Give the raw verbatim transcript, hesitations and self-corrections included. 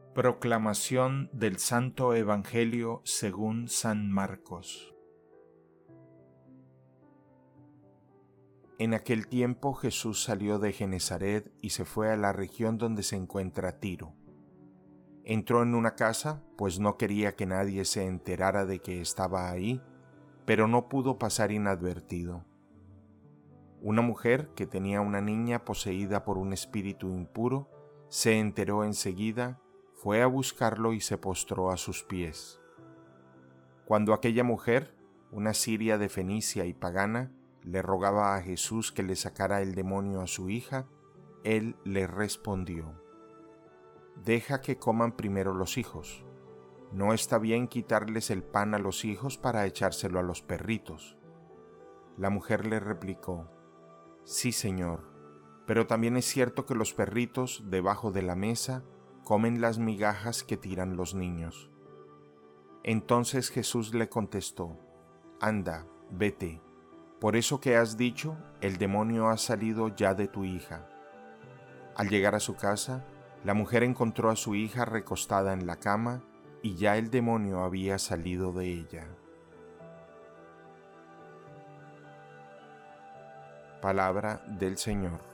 Proclamación del Santo Evangelio según San Marcos. En aquel tiempo Jesús salió de Genezaret y se fue a la región donde se encuentra Tiro. Entró en una casa, pues no quería que nadie se enterara de que estaba ahí, pero no pudo pasar inadvertido. Una mujer que tenía una niña poseída por un espíritu impuro se enteró enseguida, fue a buscarlo y se postró a sus pies. Cuando aquella mujer, una siria de Fenicia y pagana, le rogaba a Jesús que le sacara el demonio a su hija, él le respondió: «Deja que coman primero los hijos. No está bien quitarles el pan a los hijos para echárselo a los perritos». La mujer le replicó: «Sí, Señor, pero también es cierto que los perritos, debajo de la mesa, comen las migajas que tiran los niños». Entonces Jesús le contestó: «Anda, vete. Por eso que has dicho, el demonio ha salido ya de tu hija». Al llegar a su casa, la mujer encontró a su hija recostada en la cama y ya el demonio había salido de ella. Palabra del Señor.